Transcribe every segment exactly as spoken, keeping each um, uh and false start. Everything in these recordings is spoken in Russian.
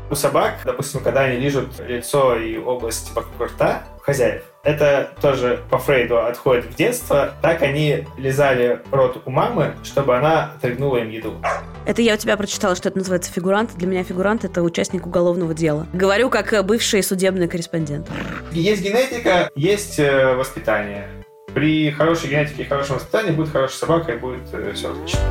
У собак, допустим, когда они лижут лицо и область вокруг рта хозяев, это тоже по Фрейду отходит в детство. Так они лизали рот у мамы, чтобы она отрыгнула им еду. Это я у тебя прочитала, что это называется фигурант. Для меня фигурант — это участник уголовного дела. Говорю как бывший судебный корреспондент. Есть генетика, есть э, воспитание. При хорошей генетике и хорошем воспитании будет хорошая собака и будет э, все отлично.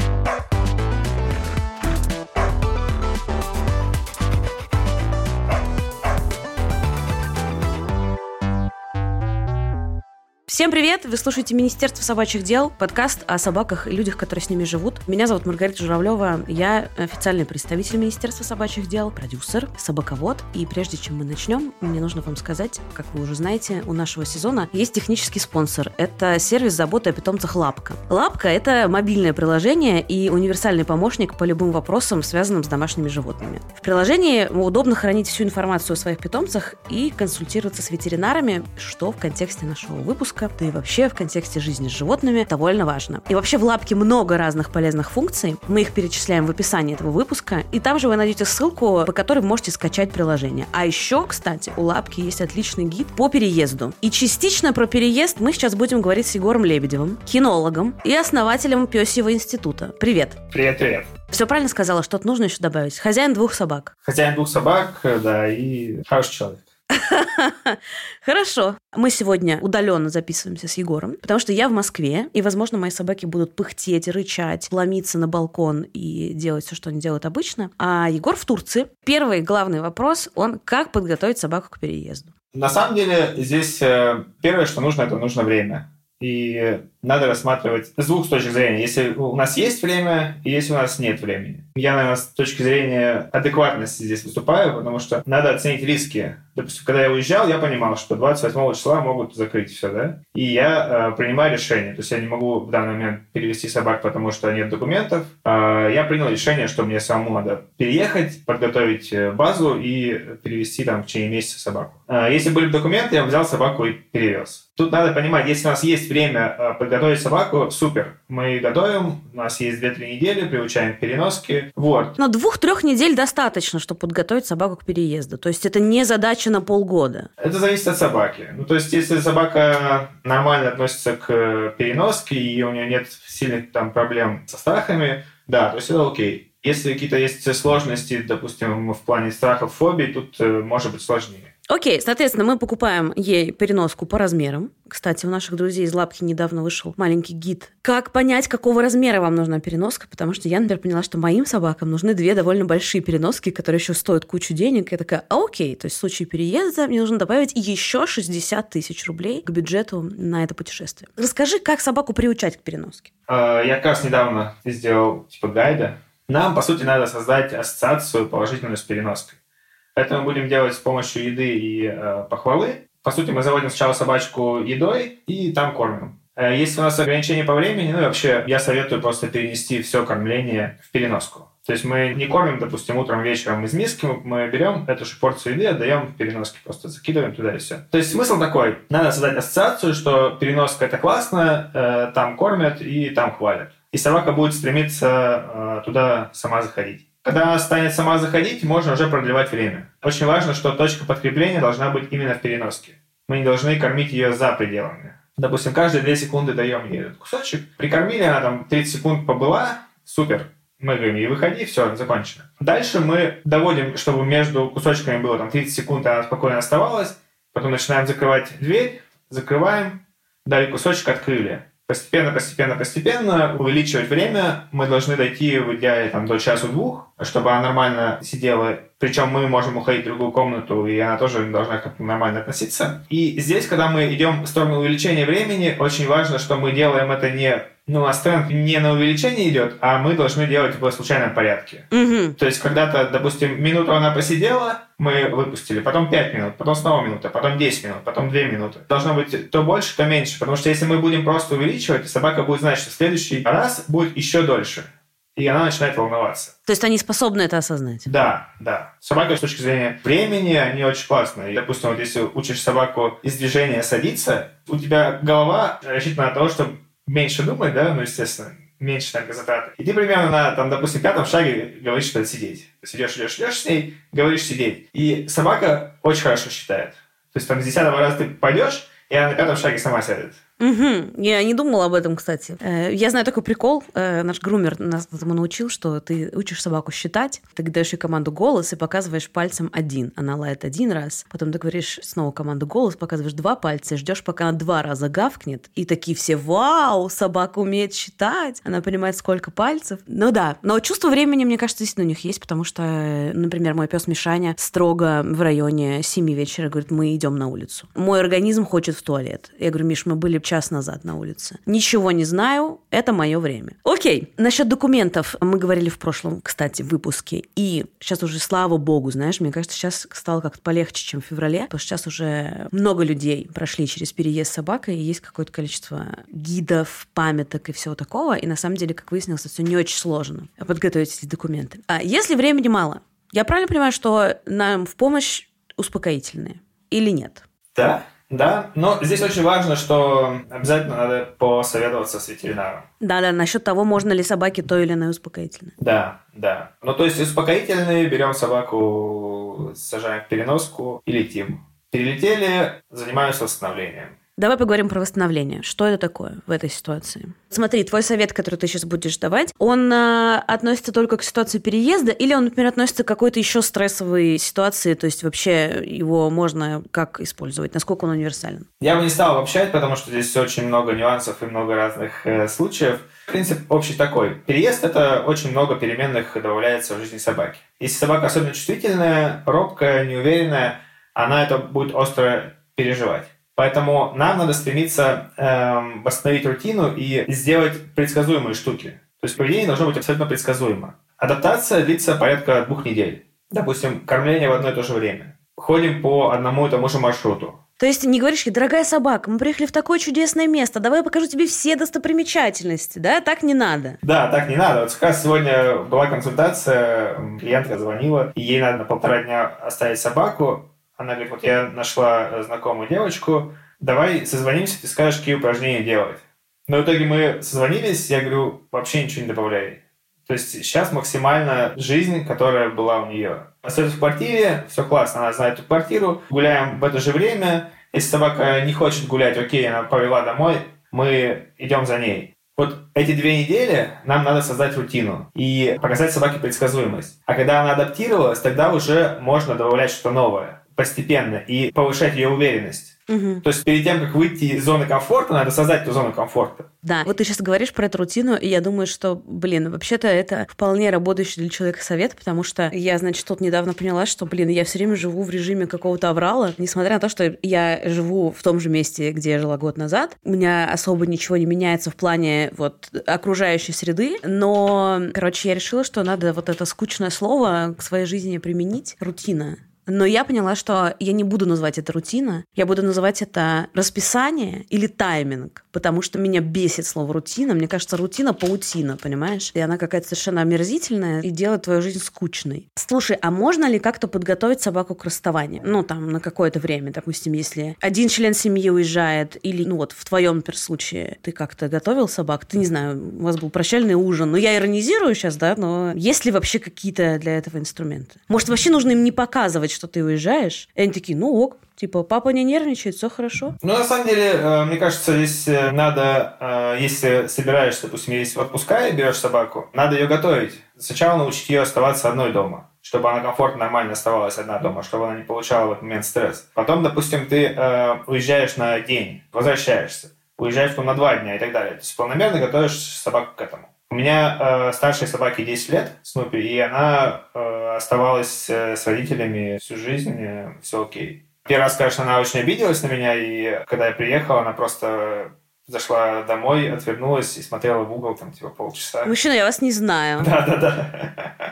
Всем привет! Вы слушаете «Министерство собачьих дел», подкаст о собаках и людях, которые с ними живут. Меня зовут Маргарита Журавлева, я официальный представитель Министерства собачьих дел, продюсер, собаковод. И прежде чем мы начнем, мне нужно вам сказать, как вы уже знаете, у нашего сезона есть технический спонсор. Это сервис заботы о питомцах «Лапка». «Лапка» — это мобильное приложение и универсальный помощник по любым вопросам, связанным с домашними животными. В приложении удобно хранить всю информацию о своих питомцах и консультироваться с ветеринарами, что в контексте нашего выпуска, да и вообще в контексте жизни с животными довольно важно. И вообще в «Лапке» много разных полезных функций. Мы их перечисляем в описании этого выпуска. И там же вы найдете ссылку, по которой вы можете скачать приложение. А еще, кстати, у «Лапки» есть отличный гид по переезду. И частично про переезд мы сейчас будем говорить с Егором Лебедевым, кинологом и основателем Пёсьего института. Привет! Привет, привет! Все правильно сказала, что-то нужно еще добавить? Хозяин двух собак. Хозяин двух собак, да, и хороший человек. Хорошо. Мы сегодня удаленно записываемся с Егором, потому что я в Москве, и, возможно, мои собаки будут пыхтеть, рычать, ломиться на балкон и делать все, что они делают обычно. А Егор в Турции. Первый главный вопрос, он как подготовить собаку к переезду? На самом деле, здесь первое, что нужно, это нужно время. И надо рассматривать с двух точек зрения. Если у нас есть время, и если у нас нет времени. Я, наверное, с точки зрения адекватности здесь выступаю, потому что надо оценить риски. Допустим, когда я уезжал, я понимал, что двадцать восьмого числа могут закрыть все, да? И я э, принимаю решение. То есть я не могу в данный момент перевести собак, потому что нет документов. Э, я принял решение, что мне самому надо переехать, подготовить базу и перевести там в течение месяца собаку. Э, если были документы, я взял собаку и перевез. Тут надо понимать, если у нас есть время э, подготовить собаку, супер. Мы готовим, у нас есть две-три недели, приучаем к переноске. Вот. Но двух-трех недель достаточно, чтобы подготовить собаку к переезду. То есть это не задача на полгода. Это зависит от собаки. Ну, то есть если собака нормально относится к переноске, и у нее нет сильных там проблем со страхами, да, то есть это окей. Если какие-то есть сложности, допустим, в плане страхов, фобий, тут может быть сложнее. Окей, соответственно, мы покупаем ей переноску по размерам. Кстати, у наших друзей из «Лапки» недавно вышел маленький гид. Как понять, какого размера вам нужна переноска? Потому что я, например, поняла, что моим собакам нужны две довольно большие переноски, которые еще стоят кучу денег. Я такая, а окей, то есть в случае переезда мне нужно добавить еще шестьдесят тысяч рублей к бюджету на это путешествие. Расскажи, как собаку приучать к переноске? Я как раз недавно сделал типа гайда. Нам, по сути, надо создать ассоциацию положительную с переноской. Это мы будем делать с помощью еды и э, похвалы. По сути, мы заводим сначала собачку едой и там кормим. Э, если у нас ограничения по времени, ну и вообще я советую просто перенести все кормление в переноску. То есть мы не кормим, допустим, утром, вечером из миски, мы берем эту же порцию еды, отдаем в переноске, просто закидываем туда и все. То есть смысл такой, надо создать ассоциацию, что переноска это классно, э, там кормят и там хвалят. И собака будет стремиться э, туда сама заходить. Когда она станет сама заходить, можно уже продлевать время. Очень важно, что точка подкрепления должна быть именно в переноске. Мы не должны кормить ее за пределами. Допустим, каждые две секунды даем ей этот кусочек. Прикормили, она там тридцать секунд побыла, супер. Мы говорим ей, выходи, все, закончено. Дальше мы доводим, чтобы между кусочками было там тридцать секунд, она спокойно оставалась. Потом начинаем закрывать дверь, закрываем, дали кусочек, открыли. Постепенно, постепенно, постепенно увеличивать время. Мы должны дойти в идеале там, до часу-двух, чтобы она нормально сидела. Причем мы можем уходить в другую комнату, и она тоже должна как-то нормально относиться. И здесь, когда мы идем в сторону увеличения времени, очень важно, что мы делаем это не... Ну, а тренд не на увеличение идет, а мы должны делать в случайном порядке. Угу. То есть, когда-то, допустим, минуту она посидела, мы выпустили, потом пять минут, потом снова минута, потом десять минут, потом две минуты. Должно быть то больше, то меньше, потому что если мы будем просто увеличивать, собака будет знать, что в следующий раз будет еще дольше. И она начинает волноваться. То есть они способны это осознать? Да, да. Собака с точки зрения времени, они очень классные. И, допустим, вот если учишь собаку из движения садиться, у тебя голова рассчитана на то, чтобы меньше думать, да, ну, естественно, меньше энергозатраты. И ты примерно на, там, допустим, пятом шаге говоришь, что это сидеть. То есть идешь, идешь, идешь с ней, говоришь сидеть. И собака очень хорошо считает. То есть там с десятого раза ты пойдешь, и она на пятом шаге сама сядет. Угу. Я не думала об этом, кстати. Я знаю такой прикол. Наш грумер нас этому научил, что ты учишь собаку считать, ты даешь ей команду «голос» и показываешь пальцем один. Она лает один раз, потом ты говоришь снова команду «голос», показываешь два пальца, ждешь, пока она два раза гавкнет, и такие все «Вау, собака умеет считать!» Она понимает, сколько пальцев. Ну да, но чувство времени, мне кажется, действительно у них есть, потому что, например, мой пес Мишаня строго в районе семи вечера говорит: мы идем на улицу. Мой организм хочет в туалет. Я говорю: Миш, мы были час назад на улице. Ничего не знаю, это мое время. Окей, насчет документов мы говорили в прошлом, кстати, выпуске, и сейчас уже, слава богу, знаешь, мне кажется, сейчас стало как-то полегче, чем в феврале, потому что сейчас уже много людей прошли через переезд с собакой, и есть какое-то количество гидов, памяток и всего такого, и на самом деле, как выяснилось, все не очень сложно подготовить эти документы. А если времени мало, я правильно понимаю, что нам в помощь успокоительные или нет? Да. Да, но здесь очень важно, что обязательно надо посоветоваться с ветеринаром. Да-да, насчет того, можно ли собаке то или иное успокоительное. Да, да. Ну, то есть успокоительные, берем собаку, сажаем в переноску и летим. Перелетели, занимаемся восстановлением. Давай поговорим про восстановление. Что это такое в этой ситуации? Смотри, твой совет, который ты сейчас будешь давать, он э, относится только к ситуации переезда, или он, например, относится к какой-то еще стрессовой ситуации, то есть вообще его можно как использовать? Насколько он универсален? Я бы не стал обобщать, потому что здесь очень много нюансов и много разных э, случаев. Принцип общий такой. Переезд – это очень много переменных добавляется в жизни собаки. Если собака особенно чувствительная, робкая, неуверенная, она это будет остро переживать. Поэтому нам надо стремиться э, восстановить рутину и сделать предсказуемые штуки. То есть поведение должно быть абсолютно предсказуемо. Адаптация длится порядка двух недель. Допустим, кормление в одно и то же время. Ходим по одному и тому же маршруту. То есть не говоришь: дорогая собака, мы приехали в такое чудесное место, давай я покажу тебе все достопримечательности, да? Так не надо. Да, так не надо. Вот как раз сегодня была консультация, клиентка звонила, и ей надо на полтора дня оставить собаку. Она говорит: вот я нашла знакомую девочку, давай созвонимся, ты скажешь, какие упражнения делать. Но в итоге мы созвонились, я говорю: вообще ничего не добавляй. То есть сейчас максимально жизнь, которая была у нее. Остается в квартире, все классно, она знает эту квартиру, гуляем в это же время. Если собака не хочет гулять, окей, она повела домой, мы идем за ней. Вот эти две недели нам надо создать рутину и показать собаке предсказуемость. А когда она адаптировалась, тогда уже можно добавлять что-то новое постепенно и повышать ее уверенность. Угу. То есть перед тем, как выйти из зоны комфорта, надо создать эту зону комфорта. Да, вот ты сейчас говоришь про эту рутину, и я думаю, что, блин, вообще-то это вполне работающий для человека совет, потому что я, значит, тут недавно поняла, что, блин, я все время живу в режиме какого-то аврала, несмотря на то, что я живу в том же месте, где я жила год назад. У меня особо ничего не меняется в плане вот окружающей среды, но, короче, я решила, что надо вот это скучное слово к своей жизни применить — рутина. Но я поняла, что я не буду называть это рутина, я буду называть это расписание или тайминг, потому что меня бесит слово рутина. Мне кажется, рутина — паутина, понимаешь? И она какая-то совершенно омерзительная и делает твою жизнь скучной. Слушай, а можно ли как-то подготовить собаку к расставанию? Ну, там, на какое-то время, допустим, если один член семьи уезжает, или, ну вот, в твоем, например, случае ты как-то готовил собак, ты, не знаю, у вас был прощальный ужин. Ну, я иронизирую сейчас, да, но есть ли вообще какие-то для этого инструменты? Может, вообще нужно им не показывать, что ты уезжаешь, и они такие: ну ок, типа, папа не нервничает, все хорошо. Ну, на самом деле, мне кажется, здесь надо, если собираешься, допустим, есть в отпуска и берешь собаку, надо ее готовить. Сначала научить ее оставаться одной дома, чтобы она комфортно, нормально оставалась одна дома, чтобы она не получала в этот момент стресс. Потом, допустим, ты уезжаешь на день, возвращаешься, уезжаешь потом на два дня и так далее. То есть планомерно готовишь собаку к этому. У меня э, старшей собаке десять лет, Снупи, и она э, оставалась э, с родителями всю жизнь, э, все окей. Первый раз, конечно, она очень обиделась на меня, и когда я приехал, она просто зашла домой, отвернулась и смотрела в угол там типа полчаса. Мужчина, я вас не знаю. Да-да-да.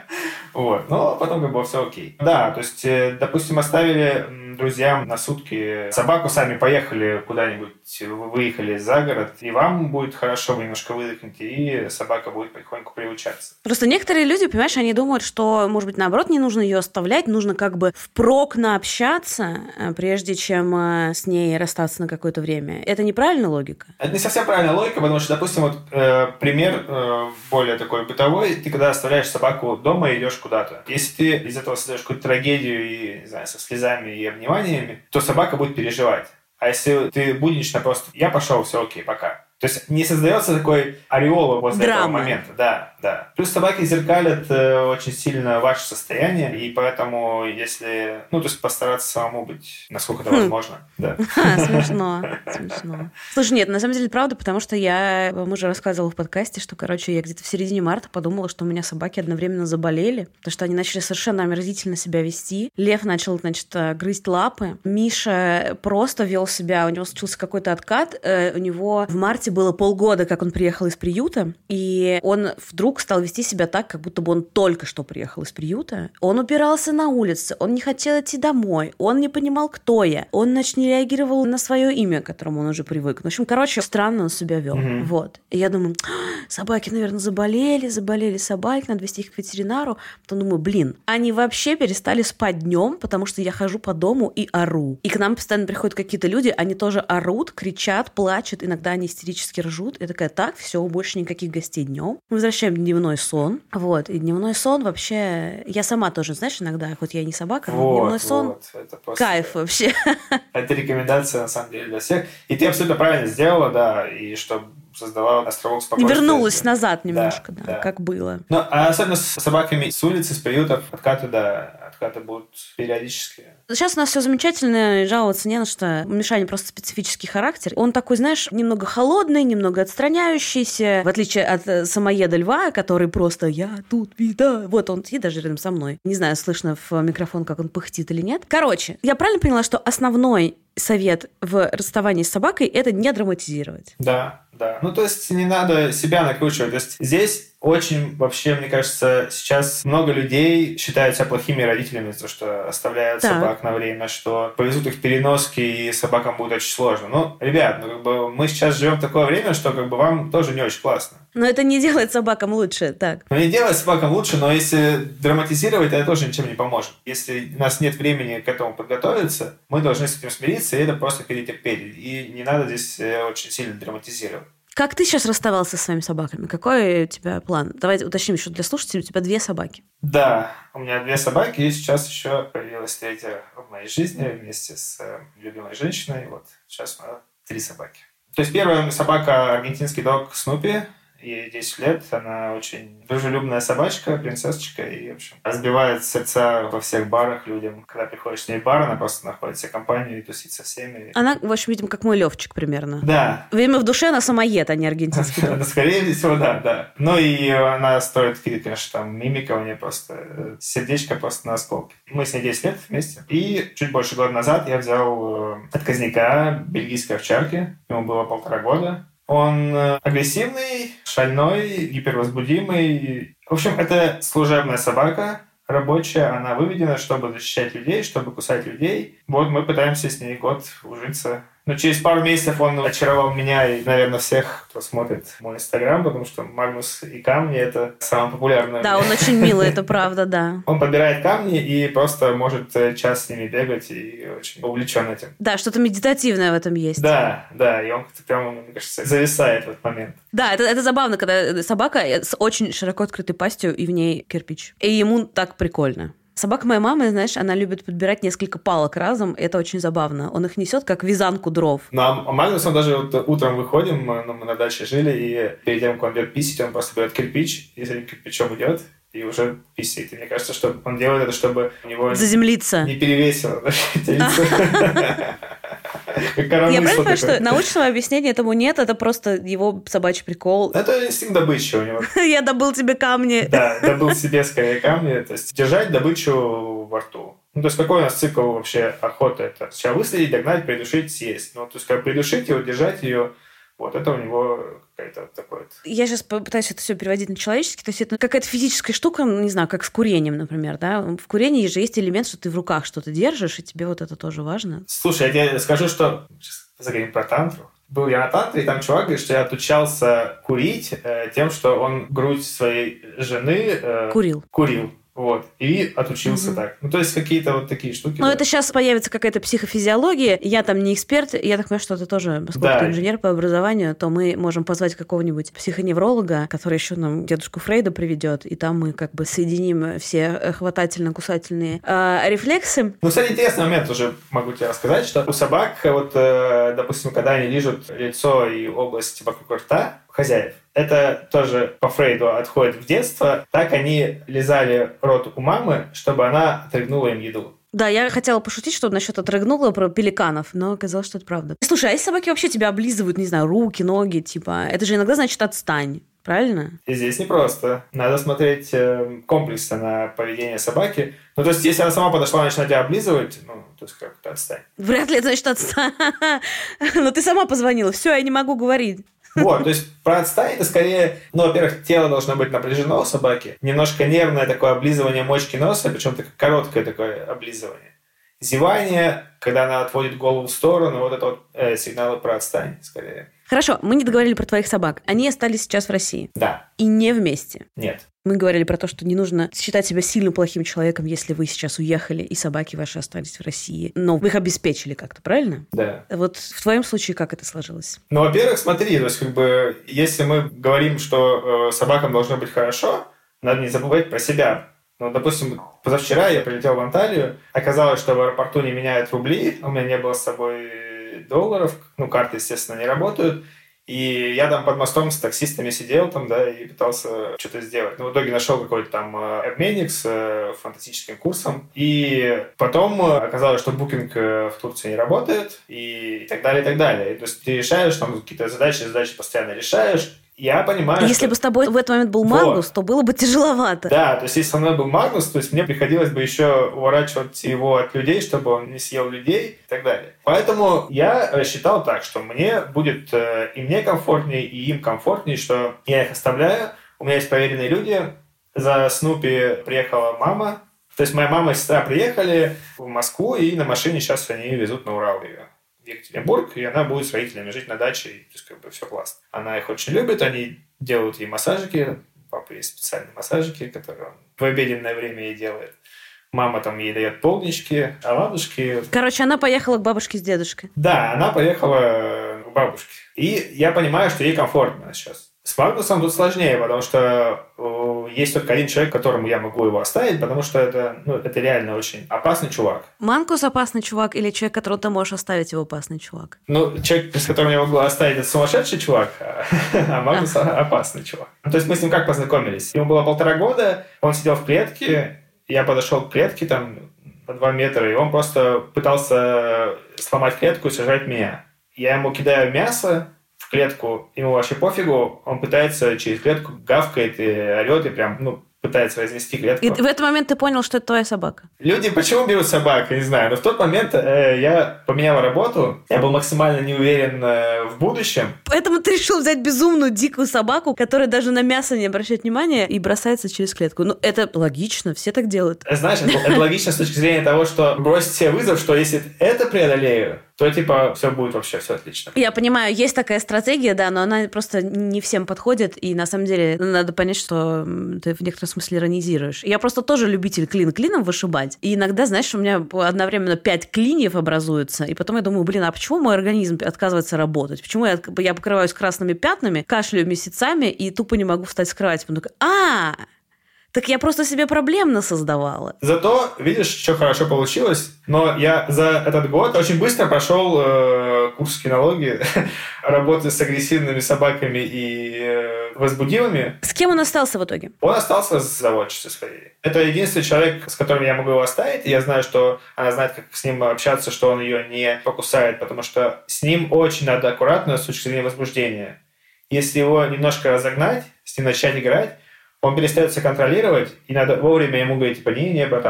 Вот. Но потом как бы все окей. Да, то есть, допустим, оставили друзьям на сутки собаку, сами поехали куда-нибудь, выехали за город, и вам будет хорошо, вы немножко выдохнете, и собака будет потихоньку приучаться. Просто некоторые люди, понимаешь, они думают, что, может быть, наоборот, не нужно ее оставлять, нужно как бы впрок наобщаться, прежде чем с ней расстаться на какое-то время. Это неправильная логика? Это не совсем правильная логика, потому что, допустим, вот э, пример э, более такой бытовой, ты когда оставляешь собаку дома и идешь куда-то. Если ты из этого создаешь какую-то трагедию и, не знаю, со слезами и обниманиями, то собака будет переживать. А если ты буднично просто «я пошел, все окей, пока». То есть не создается такой ореола возле Драма. этого момента. Да, да. Плюс собаки зеркалят э, очень сильно ваше состояние, и поэтому если... Ну, то есть постараться самому быть, насколько это возможно. Да. Смешно, смешно. Слушай, нет, на самом деле правда, потому что я вам уже рассказывала в подкасте, что, короче, я где-то в середине марта подумала, что у меня собаки одновременно заболели, потому что они начали совершенно омерзительно себя вести. Лев начал, значит, грызть лапы. Миша просто вел себя, у него случился какой-то откат, у него в марте было полгода, как он приехал из приюта, и он вдруг стал вести себя так, как будто бы он только что приехал из приюта. Он упирался на улице, он не хотел идти домой, он не понимал, кто я, он, значит, не реагировал на свое имя, к которому он уже привык. В общем, короче, странно он себя вел. Mm-hmm. Вот. И я думаю, собаки, наверное, заболели, заболели собаки, надо везти их к ветеринару. Потом думаю, блин, они вообще перестали спать днем, потому что я хожу по дому и ору. И к нам постоянно приходят какие-то люди, они тоже орут, кричат, плачут, иногда они истерически ржут. Я такая, так, все, больше никаких гостей днем. Мы возвращаем дневной сон. Вот. И дневной сон вообще... Я сама тоже, знаешь, иногда, хоть я и не собака, но вот, дневной сон... Вот. Это просто... Кайф вообще. Это рекомендация, на самом деле, для всех. И ты абсолютно правильно сделала, да, и чтобы создавала островок спокойствия. Вернулась назад немножко, да, да, да, как было. Ну, а особенно с собаками с улицы, с приютов, откаты, да, откаты будут периодически. Сейчас у нас все замечательно, и жаловаться не на что. У Мишани просто специфический характер. Он такой, знаешь, немного холодный, немного отстраняющийся, в отличие от самоеда Льва, который просто «я тут, вида». Вот он сидит даже рядом со мной. Не знаю, слышно в микрофон, как он пыхтит или нет. Короче, я правильно поняла, что основной совет в расставании с собакой – это не драматизировать? Да, да. Ну, то есть не надо себя накручивать. То есть здесь очень, вообще, мне кажется, сейчас много людей считают себя плохими родителями за то, что оставляют так. собак на время, что повезут их переноски, и собакам будет очень сложно. Ну, ребят, ну, как бы мы сейчас живем в такое время, что как бы вам тоже не очень классно. Но это не делает собакам лучше, так. Ну, не делает собакам лучше, но если драматизировать, это тоже ничем не поможет. Если у нас нет времени к этому подготовиться, мы должны с этим смириться, и это просто перетерпеть. И не надо здесь очень сильно драматизировать. Как ты сейчас расставался со своими собаками? Какой у тебя план? Давайте уточним еще для слушателей. У тебя две собаки. Да, у меня две собаки, и сейчас еще появилась третья в моей жизни вместе с любимой женщиной. Вот сейчас у меня три собаки. То есть первая собака аргентинский дог Снупи. Ей десять лет, она очень дружелюбная собачка, принцессочка, и, в общем, разбивает сердца во всех барах людям. Когда приходишь с ней в бар, она просто находит себе компанию и тусит со всеми. Она, в общем, видимо, как мой Левчик примерно. Да. Видимо, в душе она самоед, а не аргентинский дог. Скорее всего, да, да. Ну и она строит какие-то, конечно, там мимика у нее просто, сердечко просто на осколки. Мы с ней десять лет вместе. И чуть больше года назад я взял отказника бельгийской овчарки. Ему было полтора года. Он агрессивный, шальной, гипервозбудимый. В общем, это служебная собака, рабочая. Она выведена, чтобы защищать людей, чтобы кусать людей. Вот мы пытаемся с ней год ужиться. Но через пару месяцев он очаровал меня и, наверное, всех, кто смотрит мой инстаграм, потому что Магнус и камни – это самое популярное. Да, он очень милый, это правда, да. Он подбирает камни и просто может час с ними бегать и очень увлечен этим. Да, что-то медитативное в этом есть. Да, да, и он как-то прямо, мне кажется, зависает в этот момент. Да, это, это забавно, когда собака с очень широко открытой пастью, и в ней кирпич. И ему так прикольно. Собака моей мамы, знаешь, она любит подбирать несколько палок разом, и это очень забавно. Он их несет как вязанку дров. Ну, а Магнус, он даже вот утром выходим, мы, ну, мы на даче жили, и перед тем, как он идет писать, он просто берет кирпич, и за этим кирпичом идет, и уже писает. И мне кажется, что он делает это, чтобы у него заземлиться. Не перевесило тельце. Я правильно понимаю, что научного объяснения этому нет, это просто его собачий прикол? Это инстинкт добычи у него. Я добыл тебе камни. Да, добыл себе скорее камни, то есть держать добычу во рту. Ну, то есть какой у нас цикл вообще охоты? Это сначала выследить, догнать, придушить, съесть. Ну, то есть как придушить его, держать ее Вот это у него какая-то такое... Я сейчас попытаюсь это все переводить на человеческий. То есть это какая-то физическая штука, не знаю, как с курением, например, да? В курении же есть элемент, что ты в руках что-то держишь, и тебе вот это тоже важно. Слушай, я тебе скажу, что... Сейчас заговорим про тантру. Был я на тантре, и там чувак говорит, что я отучался курить э, тем, что он грудь своей жены... Э, Курил. Курил. Вот. И отучился mm-hmm. так. Ну, то есть какие-то вот такие штуки. Но да. это сейчас появится какая-то психофизиология. Я там не эксперт. Я так понимаю, что ты тоже, поскольку да. ты инженер по образованию, то мы можем позвать какого-нибудь психоневролога, который еще нам дедушку Фрейда приведет, и там мы как бы соединим все хватательно-кусательные э, рефлексы. Ну, кстати, интересный момент уже могу тебе рассказать, что у собак, вот, э, допустим, когда они лижут лицо и область вокруг рта хозяев, это тоже по Фрейду отходит в детство. Так они лизали рот у мамы, чтобы она отрыгнула им еду. Да, я хотела пошутить, что насчет отрыгнула про пеликанов, но оказалось, что это правда. Слушай, а если собаки вообще тебя облизывают, не знаю, руки, ноги, типа, это же иногда значит «отстань». Правильно? И здесь непросто. Надо смотреть э, комплексно на поведение собаки. Ну, то есть, если она сама подошла и начала тебя облизывать, ну, то есть, как-то отстань. Вряд ли это значит «отстань». Но ты сама позвонила. Все, я не могу говорить. Вот, то есть про отстань это скорее, ну, во-первых, тело должно быть напряжено у собаки, немножко нервное такое облизывание мочки носа, причем такое короткое такое облизывание. Зевание, когда она отводит голову в сторону, вот это вот э, сигналы про отстань скорее. Хорошо, мы не договорили про твоих собак. Они остались сейчас в России. Да. И не вместе. Нет. Мы говорили про то, что не нужно считать себя сильно плохим человеком, если вы сейчас уехали, и собаки ваши остались в России. Но вы их обеспечили как-то, правильно? Да. Вот в твоем случае как это сложилось? Ну, во-первых, смотри, то есть, как бы, если мы говорим, что э, собакам должно быть хорошо, надо не забывать про себя. Ну, допустим, позавчера я прилетел в Анталию, оказалось, что в аэропорту не меняют рубли, у меня не было с собой долларов, ну, карты, естественно, не работают, и я там под мостом с таксистами сидел там, да, и пытался что-то сделать. Ну, в итоге нашел какой-то там обменник с фантастическим курсом, и потом оказалось, что букинг в Турции не работает, и так далее, и так далее. И, то есть ты решаешь там какие-то задачи, задачи постоянно решаешь. Я понимаю, Если что... бы с тобой в этот момент был Магнус, вот. То было бы тяжеловато. Да, то есть если со мной был Магнус, то есть мне приходилось бы еще уворачивать его от людей, чтобы он не съел людей и так далее. Поэтому я считал так, что мне будет и мне комфортнее, и им комфортнее, что я их оставляю. У меня есть проверенные люди. За Снупи приехала мама. То есть моя мама и сестра приехали в Москву, и на машине сейчас они везут на Урал ее. В Екатеринбург, и она будет с родителями жить на даче, и, то есть, как бы, все классно. Она их очень любит, они делают ей массажики, у папы есть специальные массажики, которые он в обеденное время ей делает. Мама там ей дает полнички, а бабушки... Короче, она поехала к бабушке с дедушкой. Да, она поехала к бабушке. И я понимаю, что ей комфортно сейчас. С Магнусом тут сложнее, потому что э, есть только один человек, которому я могу его оставить, потому что это, ну, это реально очень опасный чувак. Магнус опасный чувак или человек, которого ты можешь оставить, его опасный чувак? Ну, человек, с которым я могу оставить, это сумасшедший чувак, а Магнус опасный чувак. То есть мы с ним как познакомились? Ему было полтора года, он сидел в клетке, я подошел к клетке там на два метра, и он просто пытался сломать клетку и сожрать меня. Я ему кидаю мясо в клетку, ему вообще пофигу, он пытается через клетку, гавкает и орет, и прям, ну, пытается разнести клетку. И в этот момент ты понял, что это твоя собака? Люди почему берут собак, я не знаю, но в тот момент э, я поменял работу, я был максимально не уверен э, в будущем. Поэтому ты решил взять безумную дикую собаку, которая даже на мясо не обращает внимания и бросается через клетку. Ну, это логично, все так делают. Знаешь, это, это логично с точки зрения того, что бросить себе вызов, что если это преодолею, то, типа, все будет вообще, все отлично. Я понимаю, есть такая стратегия, да, но она просто не всем подходит, и на самом деле надо понять, что ты в некотором смысле иронизируешь. Я просто тоже любитель клин клином вышибать, и иногда, знаешь, у меня одновременно пять клиньев образуется, и потом я думаю, блин, а почему мой организм отказывается работать? Почему я, я покрываюсь красными пятнами, кашляю месяцами и тупо не могу встать с кровати? Потом такая, а так я просто себе проблем насоздавала. Зато, видишь, что хорошо получилось. Но я за этот год очень быстро прошел э, курс кинологии, работы с агрессивными собаками и э, возбудилами. С кем он остался в итоге? Он остался с заводчицей своей. Это единственный человек, с которым я могу его оставить. И я знаю, что она знает, как с ним общаться, что он ее не покусает, потому что с ним очень надо аккуратно с точки зрения возбуждения. Если его немножко разогнать, с ним начать играть, он перестает себя контролировать, и надо вовремя ему говорить, типа, не-не, братан,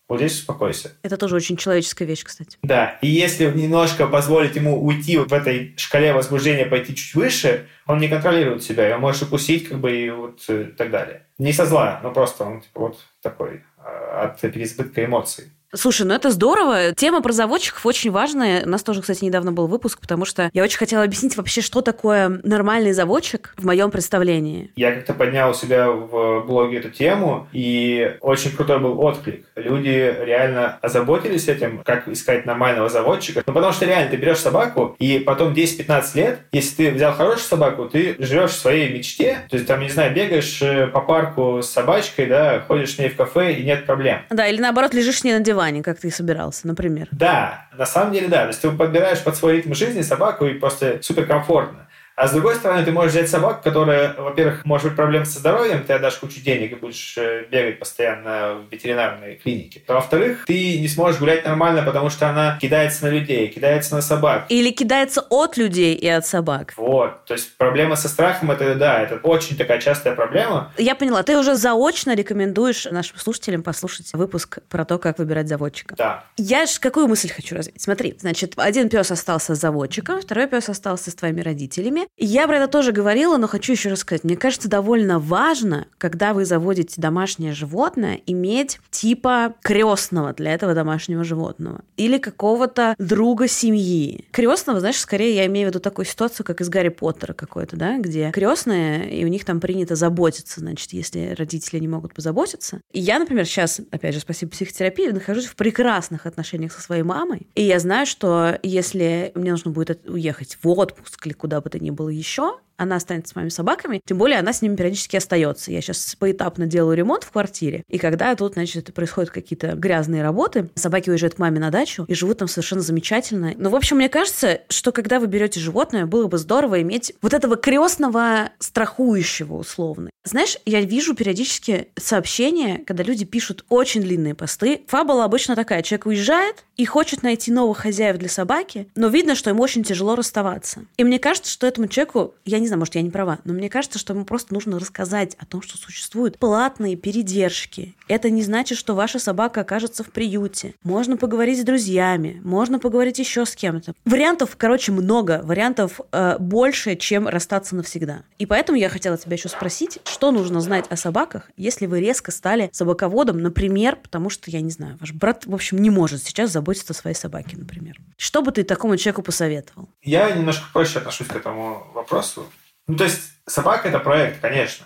Вот здесь успокойся. Это тоже очень человеческая вещь, кстати. Да, и если немножко позволить ему уйти вот в этой шкале возбуждения, пойти чуть выше, он не контролирует себя, его может укусить, как бы, и вот и так далее. Не со зла, но просто он типа, вот такой, от переизбытка эмоций. Слушай, ну это здорово. Тема про заводчиков очень важная. У нас тоже, кстати, недавно был выпуск, потому что я очень хотела объяснить вообще, что такое нормальный заводчик в моем представлении. Я как-то поднял у себя в блоге эту тему, и очень крутой был отклик. Люди реально озаботились этим, как искать нормального заводчика. Ну, потому что реально ты берешь собаку, и потом десять-пятнадцать лет, если ты взял хорошую собаку, ты живешь в своей мечте. То есть, там, не знаю, бегаешь по парку с собачкой, да, ходишь с ней в кафе, и нет проблем. Да, или наоборот, лежишь с ней на диване, как ты и собирался, например. Да, на самом деле, да. То есть ты подбираешь под свой ритм жизни собаку, и просто суперкомфортно. А с другой стороны, ты можешь взять собаку, которая, во-первых, может быть проблем со здоровьем, ты отдашь кучу денег и будешь бегать постоянно в ветеринарной клинике. А во-вторых, ты не сможешь гулять нормально, потому что она кидается на людей, кидается на собак. Или кидается от людей и от собак. Вот. То есть проблема со страхом, это, да, это очень такая частая проблема. Я поняла. Ты уже заочно рекомендуешь нашим слушателям послушать выпуск про то, как выбирать заводчика. Да. Я же какую мысль хочу развить? Смотри, значит, один пес остался с заводчиком, второй пес остался с твоими родителями. Я про это тоже говорила, но хочу еще рассказать. Мне кажется, довольно важно, когда вы заводите домашнее животное, иметь типа крестного для этого домашнего животного. Или какого-то друга семьи. Крестного, знаешь, скорее я имею в виду такую ситуацию, как из Гарри Поттера какой-то, да, где крестные, и у них там принято заботиться, значит, если родители не могут позаботиться. И я, например, сейчас, опять же, спасибо психотерапии, нахожусь в прекрасных отношениях со своей мамой. И я знаю, что если мне нужно будет уехать в отпуск или куда бы то ни было, было еще, она останется с моими собаками, тем более она с ними периодически остается. Я сейчас поэтапно делаю ремонт в квартире, и когда тут, значит, происходят какие-то грязные работы, собаки уезжают к маме на дачу и живут там совершенно замечательно. Ну, в общем, мне кажется, что когда вы берете животное, было бы здорово иметь вот этого крестного страхующего условно. Знаешь, я вижу периодически сообщения, когда люди пишут очень длинные посты. Фабула обычно такая: человек уезжает и хочет найти новых хозяев для собаки, но видно, что ему очень тяжело расставаться. И мне кажется, что этому человеку, я не знаю, может, я не права, но мне кажется, что ему просто нужно рассказать о том, что существуют платные передержки. Это не значит, что ваша собака окажется в приюте. Можно поговорить с друзьями, можно поговорить еще с кем-то. Вариантов, короче, много. Вариантов э, больше, чем расстаться навсегда. И поэтому я хотела тебя еще спросить, что нужно знать о собаках, если вы резко стали собаководом, например, потому что, я не знаю, ваш брат, в общем, не может сейчас заботиться о своей собаке, например. Что бы ты такому человеку посоветовал? Я немножко проще отношусь к этому вопросу. Ну, то есть, собака – это проект, конечно.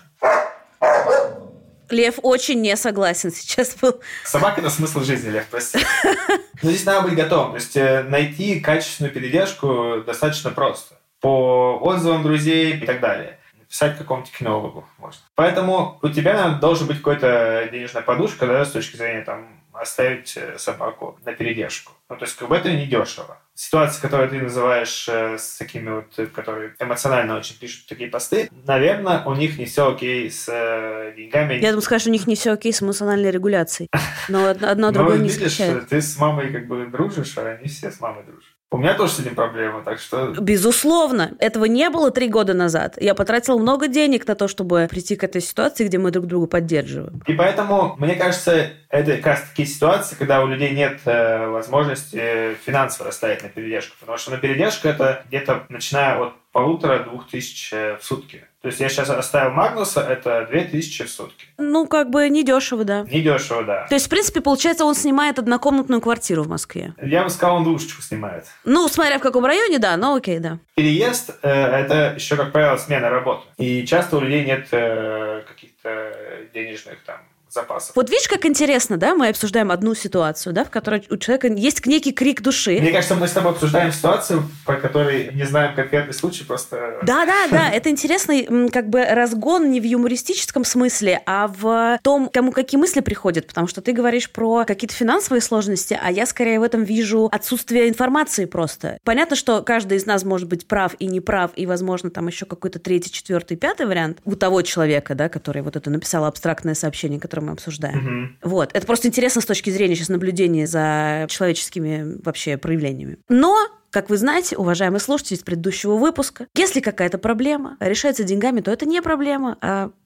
Лев очень не согласен сейчас был. Собака – это смысл жизни, Лев, прости. Но здесь надо быть готовым. То есть, найти качественную передержку достаточно просто. По отзывам друзей и так далее. Писать какому-то кинологу можно. Поэтому у тебя, наверное, должен быть какой-то денежная подушка, да, с точки зрения там, оставить собаку на передержку. Ну, то есть, как бы это недешево. Ситуация, которую ты называешь э, с такими вот, которые эмоционально очень пишут такие посты, наверное, у них не все окей с э, деньгами. Я думаю, скажешь, у них не все окей с эмоциональной регуляцией. Но одно другое не исключает. Видишь, ты с мамой как бы дружишь, а они все с мамой дружат. У меня тоже с этим проблема, так что... Безусловно. Этого не было три года назад. Я потратила много денег на то, чтобы прийти к этой ситуации, где мы друг друга поддерживаем. И поэтому, мне кажется, это как раз такие ситуации, когда у людей нет э, возможности финансово расставить на передержку. Потому что на передержку это где-то начиная от полутора-двух тысяч в сутки. То есть я сейчас оставил Магнуса, это две тысячи в сутки. Ну, как бы недешево, да. Недешево, да. То есть, в принципе, получается, он снимает однокомнатную квартиру в Москве. Я бы сказал, он двушечку снимает. Ну, смотря в каком районе, да, но окей, да. Переезд э, – это еще, как правило, смена работы. И часто у людей нет э, каких-то денежных там запасов. Вот видишь, как интересно, да, мы обсуждаем одну ситуацию, да, в которой у человека есть некий крик души. Мне кажется, мы с тобой обсуждаем ситуацию, про которую не знаем конкретный случай, просто... Да, да, да, это интересный как бы разгон не в юмористическом смысле, а в том, кому какие мысли приходят, потому что ты говоришь про какие-то финансовые сложности, а я скорее в этом вижу отсутствие информации просто. Понятно, что каждый из нас может быть прав и не прав, и, возможно, там еще какой-то третий, четвертый, пятый вариант у того человека, да, который вот это написал абстрактное сообщение, которое мы обсуждаем. Угу. Вот. Это просто интересно с точки зрения сейчас наблюдения за человеческими вообще проявлениями. Но, как вы знаете, уважаемые слушатели из предыдущего выпуска, если какая-то проблема решается деньгами, то это не проблема, а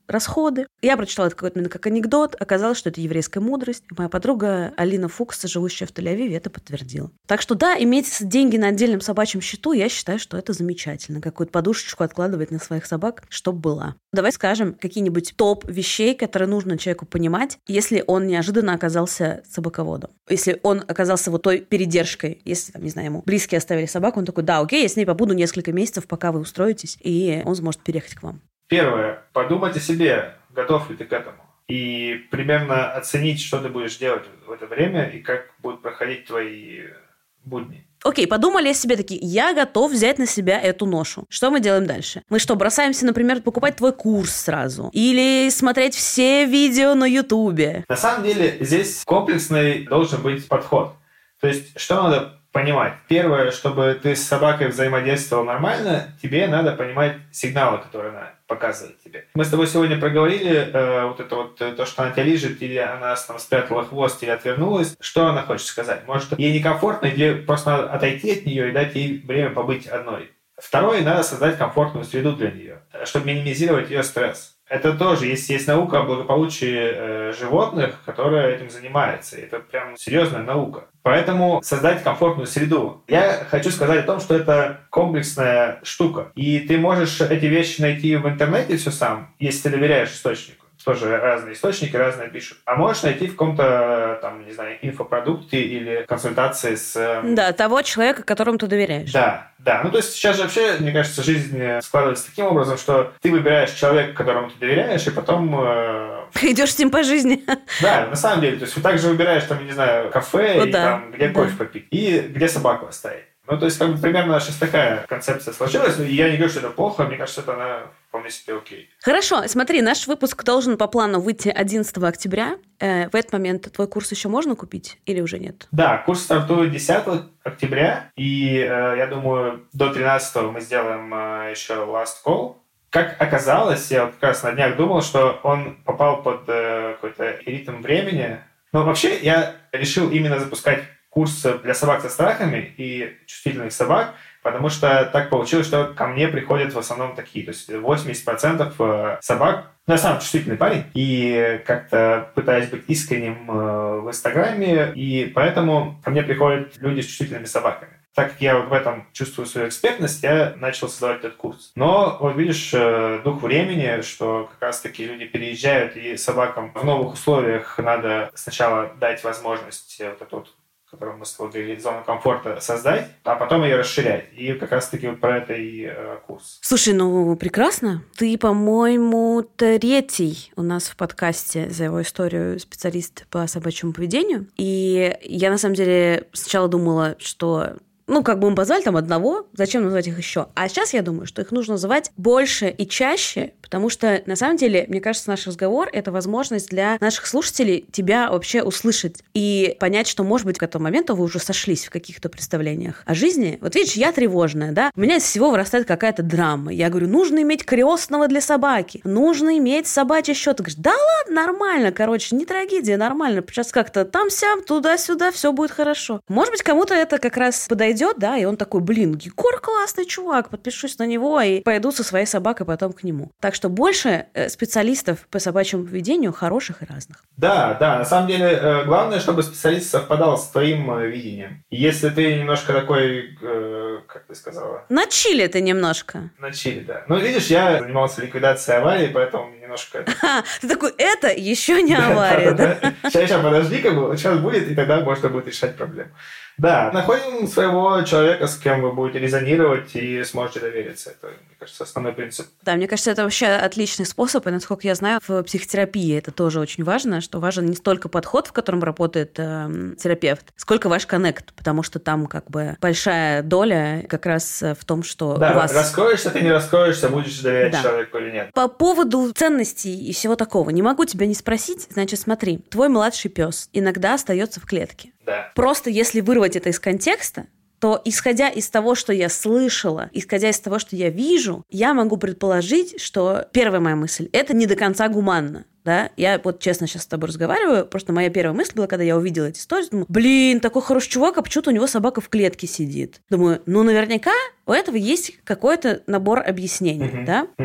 расходы. Я прочитала это какой-то момент как анекдот. Оказалось, что это еврейская мудрость. Моя подруга Алина Фукс, живущая в Тель-Авиве, это подтвердила. Так что да, иметь деньги на отдельном собачьем счету, я считаю, что это замечательно. Какую-то подушечку откладывать на своих собак, чтобы была. Давай скажем какие-нибудь топ вещей, которые нужно человеку понимать, если он неожиданно оказался собаководом. Если он оказался вот той передержкой, если, там, не знаю, ему близкие оставили собаку, он такой: да, окей, я с ней побуду несколько месяцев, пока вы устроитесь, и он сможет переехать к вам. Первое. Подумать о себе, готов ли ты к этому. И примерно оценить, что ты будешь делать в это время и как будут проходить твои будни. Окей, подумали о себе такие: я готов взять на себя эту ношу. Что мы делаем дальше? Мы что, бросаемся, например, покупать твой курс сразу? Или смотреть все видео на Ютубе? На самом деле здесь комплексный должен быть подход. То есть, что надо понимать? Первое, чтобы ты с собакой взаимодействовал нормально, тебе надо понимать сигналы, которые она показывает тебе. Мы с тобой сегодня проговорили э, вот это вот, то, что она тебя лижет, или она там спрятала хвост, или отвернулась. Что она хочет сказать? Может, ей некомфортно, или просто надо отойти от нее и дать ей время побыть одной. Второе, надо создать комфортную среду для нее, чтобы минимизировать ее стресс. Это тоже есть, есть наука о благополучии э, животных, которая этим занимается. Это прям серьезная наука. Поэтому создать комфортную среду. Я хочу сказать о том, что это комплексная штука. И ты можешь эти вещи найти в интернете все сам, если ты доверяешь источнику. Тоже разные источники, разные пишут. А можешь найти в каком-то, там, не знаю, инфопродукте или консультации с... Да, того человека, которому ты доверяешь. Да, да. Ну, то есть сейчас же вообще, мне кажется, жизнь складывается таким образом, что ты выбираешь человека, которому ты доверяешь, и потом... Э... Идешь с ним по жизни. Да, на самом деле. То есть ты также выбираешь, там, не знаю, кафе, ну, и да, там, где да. кофе попить, и где собаку оставить. Ну, то есть, как бы, примерно сейчас такая концепция сложилась. И я не говорю, что это плохо, мне кажется, это она вполне себе окей. Хорошо, смотри, наш выпуск должен по плану выйти одиннадцатого октября. Э, в этот момент твой курс еще можно купить или уже нет? Да, курс стартует десятого октября, и э, я думаю, до тринадцатого мы сделаем э, еще last call. Как оказалось, я вот как раз на днях думал, что он попал под э, какой-то ритм времени. Но вообще я решил именно запускать курс для собак со страхами и чувствительных собак, потому что так получилось, что ко мне приходят в основном такие, то есть восемьдесят процентов собак. Ну, я сам чувствительный парень, и как-то пытаюсь быть искренним в Инстаграме, и поэтому ко мне приходят люди с чувствительными собаками. Так как я вот в этом чувствую свою экспертность, я начал создавать этот курс. Но вот видишь, дух времени, что как раз-таки люди переезжают, и собакам в новых условиях надо сначала дать возможность вот эту вот, которую мы с тобой говорили, зону комфорта создать, а потом ее расширять. И как раз-таки вот про это и э, курс. Слушай, ну прекрасно. Ты, по-моему, третий у нас в подкасте за его историю специалист по собачьему поведению. И я, на самом деле, сначала думала, что... Ну, как бы мы позвали там одного, зачем назвать их еще? А сейчас я думаю, что их нужно называть больше и чаще, потому что, на самом деле, мне кажется, наш разговор — это возможность для наших слушателей тебя вообще услышать и понять, что, может быть, к этому моменту вы уже сошлись в каких-то представлениях о жизни. Вот видишь, я тревожная, да? У меня из всего вырастает какая-то драма. Я говорю, нужно иметь крестного для собаки, нужно иметь собачий счет. Ты говоришь, да ладно, нормально, короче, не трагедия, нормально. Сейчас как-то там-сям, туда-сюда, все будет хорошо. Может быть, кому-то это как раз подойдет, да, и он такой, блин, Егор классный чувак, подпишусь на него и пойду со своей собакой потом к нему. Так что больше специалистов по собачьему поведению, хороших и разных. Да, да, на самом деле главное, чтобы специалист совпадал с твоим видением. Если ты немножко такой, как ты сказала? На чили ты немножко. На чили, да. Ну, видишь, я занимался ликвидацией аварий, поэтому немножко... А, ты такой, это еще не авария, да? Сейчас, подожди, как бы, сейчас будет, и тогда можно будет решать проблему. Да, находим своего человека, с кем вы будете резонировать и сможете довериться. Это, мне кажется, основной принцип. Да, мне кажется, это вообще отличный способ, и, насколько я знаю, в психотерапии это тоже очень важно, что важен не столько подход, в котором работает э, терапевт, сколько ваш коннект, потому что там как бы большая доля как раз в том, что да, у вас... раскроешься ты, не раскроешься, будешь доверять да. человеку или нет. По поводу ценностей и всего такого, не могу тебя не спросить, значит, смотри, твой младший пес иногда остается в клетке. Да. Просто если вырвать это из контекста, то, исходя из того, что я слышала, исходя из того, что я вижу, я могу предположить, что первая моя мысль – это не до конца гуманно. Да? Я вот честно сейчас с тобой разговариваю, просто моя первая мысль была, когда я увидела эти истории, думаю, блин, такой хороший чувак, а почему-то у него собака в клетке сидит. Думаю, ну наверняка у этого есть какой-то набор объяснений, uh-huh. да? Uh-huh.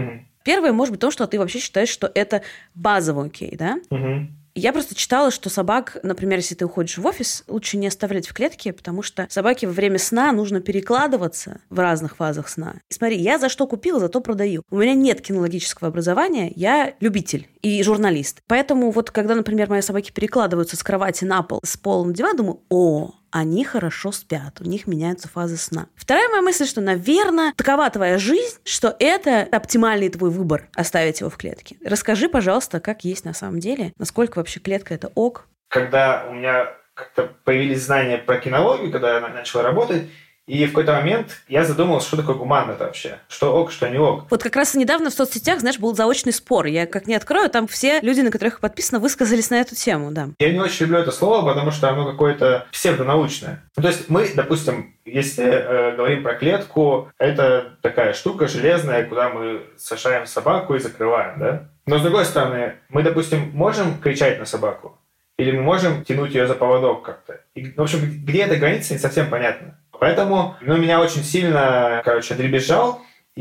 Первое, может быть, то, что ты вообще считаешь, что это базово окей, да? Угу. Я просто читала, что собак, например, если ты уходишь в офис, лучше не оставлять в клетке, потому что собаке во время сна нужно перекладываться в разных фазах сна. И смотри, я за что купила, зато продаю. У меня нет кинологического образования, я любитель и журналист. Поэтому вот когда, например, мои собаки перекладываются с кровати на пол, с пола на диван, думаю, о, они хорошо спят, у них меняются фазы сна. Вторая моя мысль, что, наверное, такова твоя жизнь, что это оптимальный твой выбор оставить его в клетке. Расскажи, пожалуйста, как есть на самом деле, насколько вообще клетка – это ок. Когда у меня как-то появились знания про кинологию, когда я начал работать, и в какой-то момент я задумался, что такое гуманно это вообще. Что ок, что не ок. Вот как раз недавно в соцсетях, знаешь, был заочный спор. Я как не открою, там все люди, на которых подписано, высказались на эту тему, да. Я не очень люблю это слово, потому что оно какое-то псевдонаучное. Ну, то есть мы, допустим, если э, говорим про клетку, это такая штука железная, куда мы сажаем собаку и закрываем, да? Но с другой стороны, мы, допустим, можем кричать на собаку? Или мы можем тянуть ее за поводок как-то? И, в общем, где эта граница, не совсем понятно. Поэтому, ну, меня очень сильно, короче, дребезжал,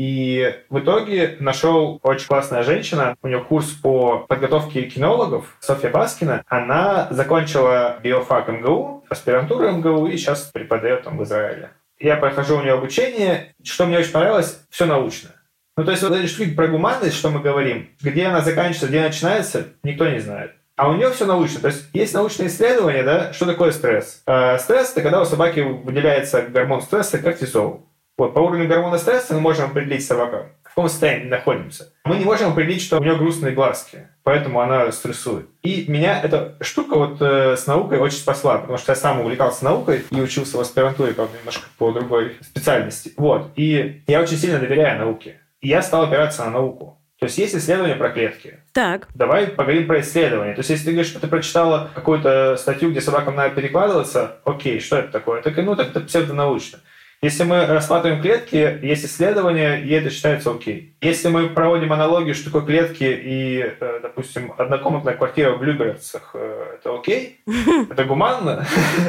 и в итоге нашел очень классная женщина, у нее курс по подготовке кинологов, Софья Баскина. Она закончила биофак эм гэ у, аспирантуру эм гэ у, и сейчас преподает там в Израиле. Я прохожу у нее обучение, что мне очень понравилось, все научно. Ну, то есть вот эти штуки про гуманность, что мы говорим, где она заканчивается, где начинается, никто не знает. А у нее все научно. То есть есть научные исследования, да, что такое стресс. Э, стресс – это когда у собаки выделяется гормон стресса, кортизол. Вот, по уровню гормона стресса мы можем определить собаку, в каком состоянии находимся. Мы не можем определить, что у нее грустные глазки, поэтому она стрессует. И меня эта штука вот э, с наукой очень спасла, потому что я сам увлекался наукой и учился в аспирантуре, правда, немножко по другой специальности. Вот. И я очень сильно доверяю науке. И я стал опираться на науку. То есть есть исследования про клетки. Так. Давай поговорим про исследования. То есть если ты говоришь, что ты прочитала какую-то статью, где собакам надо перекладываться, окей, что это такое? Так, ну, так это псевдонаучно. Если мы рассматриваем клетки, есть исследования, и это считается окей. Если мы проводим аналогию, что такое клетки и, допустим, однокомнатная квартира в Люберцах, это окей, это гуманно,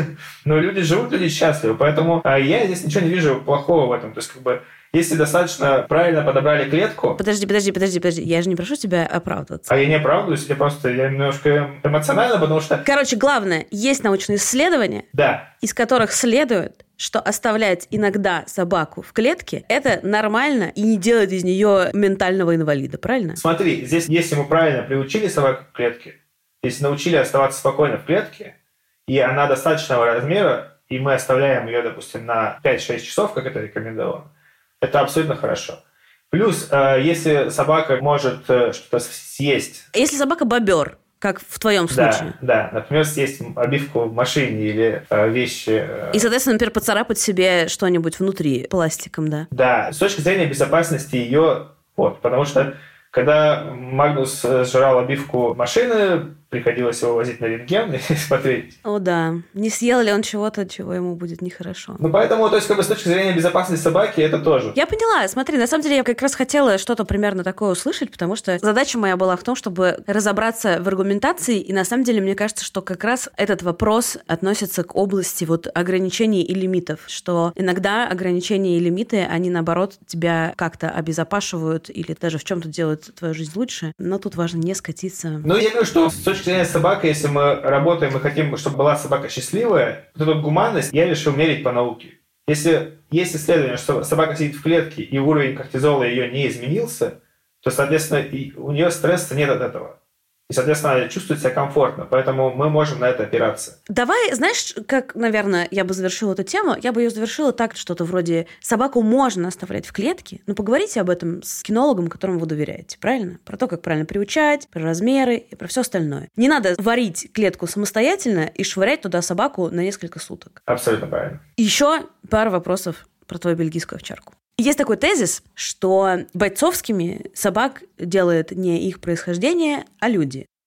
но люди живут, люди счастливы. Поэтому я здесь ничего не вижу плохого в этом. То есть как бы если достаточно правильно подобрали клетку... Подожди, подожди, подожди, подожди. Я же не прошу тебя оправдываться. А я не оправдываюсь, я просто я немножко эмоционально, потому что... Короче, главное, есть научные исследования, да. из которых следует, что оставлять иногда собаку в клетке – это нормально и не делать из нее ментального инвалида, правильно? Смотри, здесь, если мы правильно приучили собаку к клетке, если научили оставаться спокойно в клетке, и она достаточного размера, и мы оставляем ее, допустим, на пять-шесть часов, как это рекомендовано, это абсолютно хорошо. Плюс, если собака может что-то съесть... Если собака бобер, как в твоем случае. Да, да. Например, съесть обивку в машине или э, вещи. Э... И, соответственно, например, поцарапать себе что-нибудь внутри пластиком, да? Да, с точки зрения безопасности ее... Вот, потому что когда Магнус сжирал обивку машины, приходилось его возить на рентген и смотреть. О, да. Не съел ли он чего-то, чего ему будет нехорошо. Ну, поэтому, то есть, как бы с точки зрения безопасности собаки, это тоже. Я поняла. Смотри, на самом деле, я как раз хотела что-то примерно такое услышать, потому что задача моя была в том, чтобы разобраться в аргументации, и на самом деле, мне кажется, что как раз этот вопрос относится к области вот ограничений и лимитов, что иногда ограничения и лимиты, они, наоборот, тебя как-то обезопашивают или даже в чем-то делают твою жизнь лучше, но тут важно не скатиться. Ну, я говорю, что с точки зрения собаки, если мы работаем и хотим, чтобы была собака счастливая, вот эту гуманность я решил мерить по науке. Если есть исследование, что собака сидит в клетке и уровень кортизола ее не изменился, то, соответственно, и у нее стресса нет от этого. И, соответственно, она чувствует себя комфортно. Поэтому мы можем на это опираться. Давай, знаешь, как, наверное, я бы завершила эту тему? Я бы ее завершила так, что-то вроде «собаку можно оставлять в клетке», но поговорите об этом с кинологом, которому вы доверяете, правильно? Про то, как правильно приучать, про размеры и про все остальное. Не надо варить клетку самостоятельно и швырять туда собаку на несколько суток. Абсолютно правильно. Еще пара вопросов про твою бельгийскую овчарку. Есть такой тезис, что бойцовскими собак делает не их происхождение, а люди.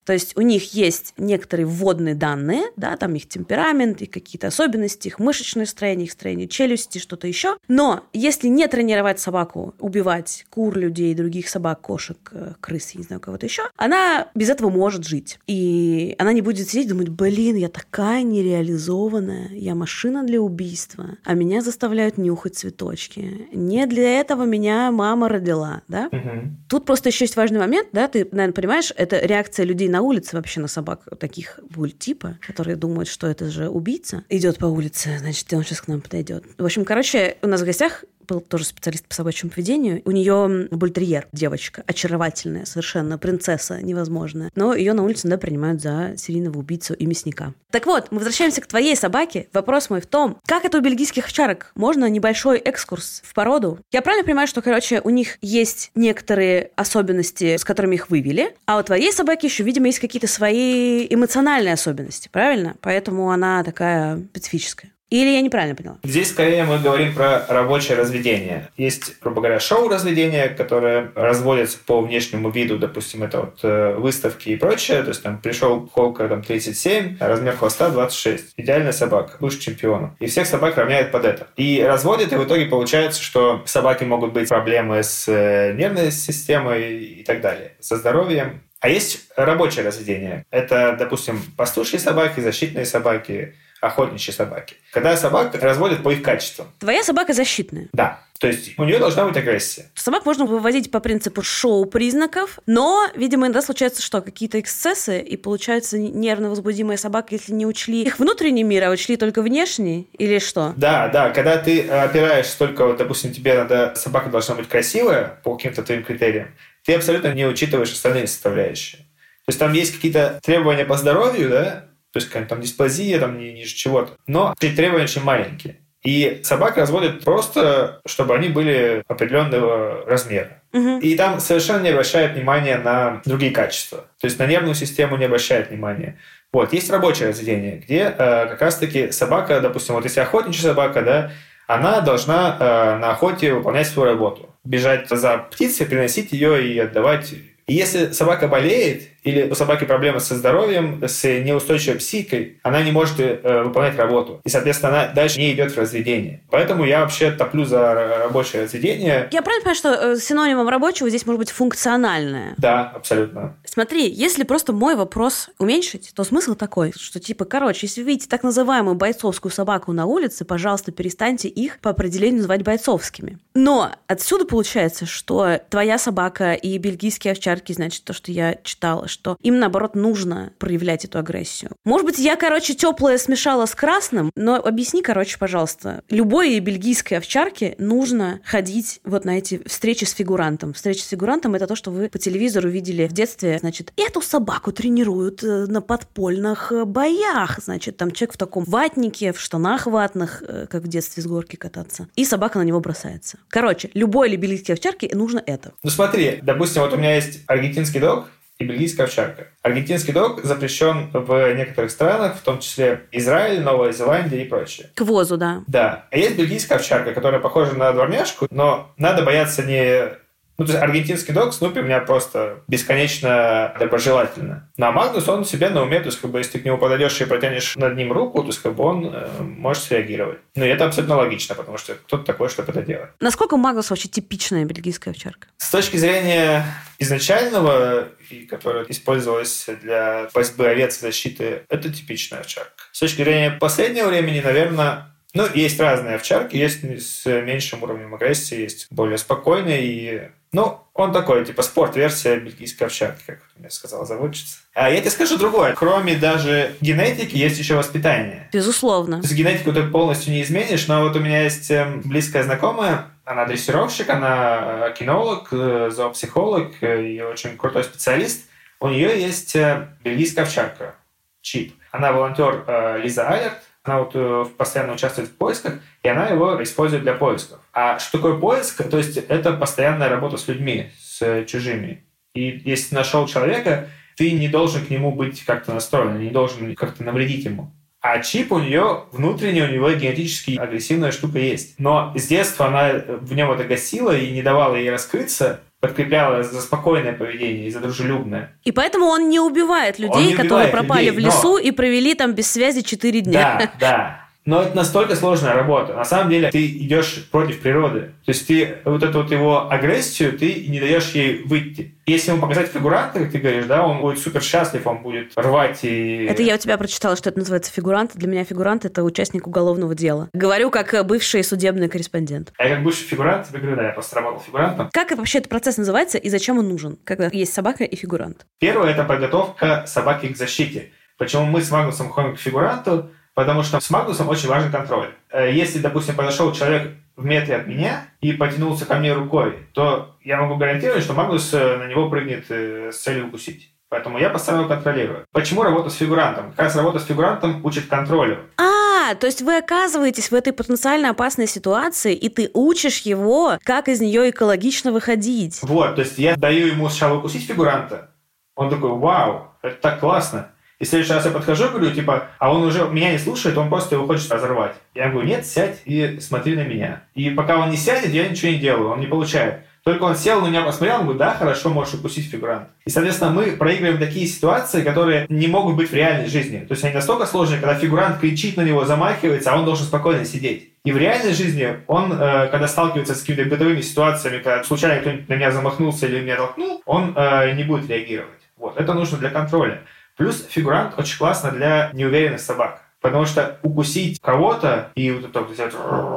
То есть у них есть некоторые вводные данные, да, там их темперамент, их какие-то особенности, их мышечное строение, их строение челюсти, что-то еще. Но если не тренировать собаку убивать кур, людей, других собак, кошек, крыс, я не знаю, кого-то еще, она без этого может жить. И она не будет сидеть и думать: блин, я такая нереализованная, я машина для убийства, а меня заставляют нюхать цветочки. Не для этого меня мама родила, да? Угу. Тут просто еще есть важный момент, да, ты, наверное, понимаешь, это реакция людей на улице вообще на собак таких буль-типа, которые думают, что это же убийца. Идет по улице, значит, он сейчас к нам подойдет. В общем, короче, у нас в гостях был тоже специалист по собачьему поведению. У нее бультерьер, девочка, очаровательная, совершенно принцесса невозможная. Но ее на улице, да, принимают за серийного убийцу и мясника. Так вот, мы возвращаемся к твоей собаке. Вопрос мой в том, как это у бельгийских овчарок? Можно небольшой экскурс в породу? Я правильно понимаю, что, короче, у них есть некоторые особенности, с которыми их вывели, а у твоей собаки еще, видимо, есть какие-то свои эмоциональные особенности, правильно? Поэтому она такая специфическая. Или я неправильно поняла? Здесь скорее мы говорим про рабочее разведение. Есть, грубо говоря, шоу-разведение, которое разводится по внешнему виду, допустим, это вот выставки и прочее. То есть там пришел холка там, тридцать семь, а размер хвоста двадцать шесть. Идеальная собака, лучше чемпиона. И всех собак равняют под это. И разводят, и в итоге получается, что собаки могут быть проблемы с нервной системой и так далее, со здоровьем. А есть рабочее разведение. Это, допустим, пастушьи собаки, защитные собаки, охотничьи собаки. Когда собак разводят по их качествам. Твоя собака защитная? Да. То есть у нее должна быть агрессия. Собак можно выводить по принципу шоу-признаков, но, видимо, иногда случается что? Какие-то эксцессы, и получается нервно-возбудимая собака, если не учли их внутренний мир, а учли только внешний, или что? Да, да. Когда ты опираешься только, вот, допустим, тебе надо, собака должна быть красивая по каким-то твоим критериям, ты абсолютно не учитываешь остальные составляющие. То есть там есть какие-то требования по здоровью, да, то есть какая-то там дисплазия, там ниже чего-то. Но эти требования очень маленькие. И собак разводят просто, чтобы они были определенного размера. Угу. И там совершенно не обращают внимания на другие качества. То есть на нервную систему не обращают внимания. Вот. Есть рабочее разведение, где э, как раз-таки собака, допустим, вот если охотничья собака, да, она должна э, на охоте выполнять свою работу. Бежать за птицей, приносить ее и отдавать. И если собака болеет, или у собаки проблемы со здоровьем, с неустойчивой психикой, она не может э, выполнять работу. И, соответственно, она дальше не идет в разведение. Поэтому я вообще топлю за рабочее разведение. Я правильно понимаю, что синонимом рабочего здесь может быть функциональное? Да, абсолютно. Смотри, если просто мой вопрос уменьшить, то смысл такой, что типа, короче, если вы видите так называемую бойцовскую собаку на улице, пожалуйста, перестаньте их по определению называть бойцовскими. Но отсюда получается, что твоя собака и бельгийские овчарки, значит, то, что я читала, что им, наоборот, нужно проявлять эту агрессию. Может быть, я, короче, теплое смешала с красным, но объясни, короче, пожалуйста. Любой бельгийской овчарке нужно ходить вот на эти встречи с фигурантом. Встреча с фигурантом — это то, что вы по телевизору видели в детстве. Значит, эту собаку тренируют на подпольных боях. Значит, там человек в таком ватнике, в штанах ватных, как в детстве с горки кататься. И собака на него бросается. Короче, любой ли бельгийской овчарке нужно это. Ну смотри, допустим, вот у меня есть аргентинский дог и бельгийская овчарка. Аргентинский дог запрещен в некоторых странах, в том числе Израиль, Новая Зеландия и прочее. К возу, да. Да. А есть бельгийская овчарка, которая похожа на дворняжку, но надо бояться не... Ну, то есть аргентинский дог Снупи у меня просто бесконечно доброжелательно. Но Магнус, он себе на уме, то есть как бы если ты к нему подойдешь и протянешь над ним руку, то есть как бы он э, может среагировать. Ну, и это абсолютно логично, потому что кто-то такой, чтобы это делать. Насколько Магнус вообще типичная бельгийская овчарка? С точки зрения изначального, и которое использовалось для борьбы овец и защиты, это типичная овчарка. С точки зрения последнего времени, наверное... Ну, есть разные овчарки, есть с меньшим уровнем агрессии, есть более спокойные. И... Ну, он такой, типа спорт-версия бельгийской овчарки, как я сказал, заводчица. А я тебе скажу другое. Кроме даже генетики, есть еще воспитание. Безусловно. То есть генетику ты полностью не изменишь, но вот у меня есть близкая знакомая, она дрессировщик, она кинолог, зоопсихолог и очень крутой специалист. У нее есть бельгийская овчарка, Чип. Она волонтер Лиза Алерт. Она вот постоянно участвует в поисках, и она его использует для поисков. А что такое поиск? То есть это постоянная работа с людьми, с чужими. И если ты нашел человека, ты не должен к нему быть как-то настроен, не должен как-то навредить ему. А Чип у нее внутренне, у него генетически агрессивная штука есть. Но с детства она в нем это гасила и не давала ей раскрыться, подкрепляло за спокойное поведение и за дружелюбное. И поэтому он не убивает людей, не убивает которые пропали людей, в лесу но... и провели там без связи четыре дня. Да, да. Но это настолько сложная работа. На самом деле ты идешь против природы. То есть ты вот эту вот его агрессию, ты не даешь ей выйти. Если ему показать фигуранта, как ты говоришь, да, он будет супер счастлив, он будет рвать и... Это я у тебя прочитала, что это называется фигурант. Для меня фигурант – это участник уголовного дела. Говорю как бывший судебный корреспондент. А я как бывший фигурант тебе говорю, да, я просто работал фигурантом. Как вообще этот процесс называется и зачем он нужен, когда есть собака и фигурант? Первое – это подготовка собаки к защите. Почему мы с Магнусом ходим к фигуранту? Потому что с Магнусом очень важен контроль. Если, допустим, подошел человек в метре от меня и потянулся ко мне рукой, то я могу гарантировать, что Магнус на него прыгнет с целью укусить. Поэтому я постоянно его контролирую. Почему работа с фигурантом? Как раз работа с фигурантом учит контролю. А, то есть вы оказываетесь в этой потенциально опасной ситуации, и ты учишь его, как из нее экологично выходить. Вот, то есть я даю ему сначала укусить фигуранта. Он такой, вау, это так классно. И в следующий раз я подхожу, говорю, типа, а он уже меня не слушает, он просто его хочет разорвать. Я говорю, нет, сядь и смотри на меня. И пока он не сядет, я ничего не делаю, он не получает. Только он сел, на меня посмотрел, он говорит, да, хорошо, можешь укусить фигуранта. И, соответственно, мы проигрываем такие ситуации, которые не могут быть в реальной жизни. То есть они настолько сложные, когда фигурант кричит на него, замахивается, а он должен спокойно сидеть. И в реальной жизни он, э, когда сталкивается с какими-то бытовыми ситуациями, когда случайно кто-нибудь на меня замахнулся или меня толкнул, он э, не будет реагировать. Вот, это нужно для контроля. Плюс фигурант очень классно для неуверенных собак. Потому что укусить кого-то и вот это вот сделать...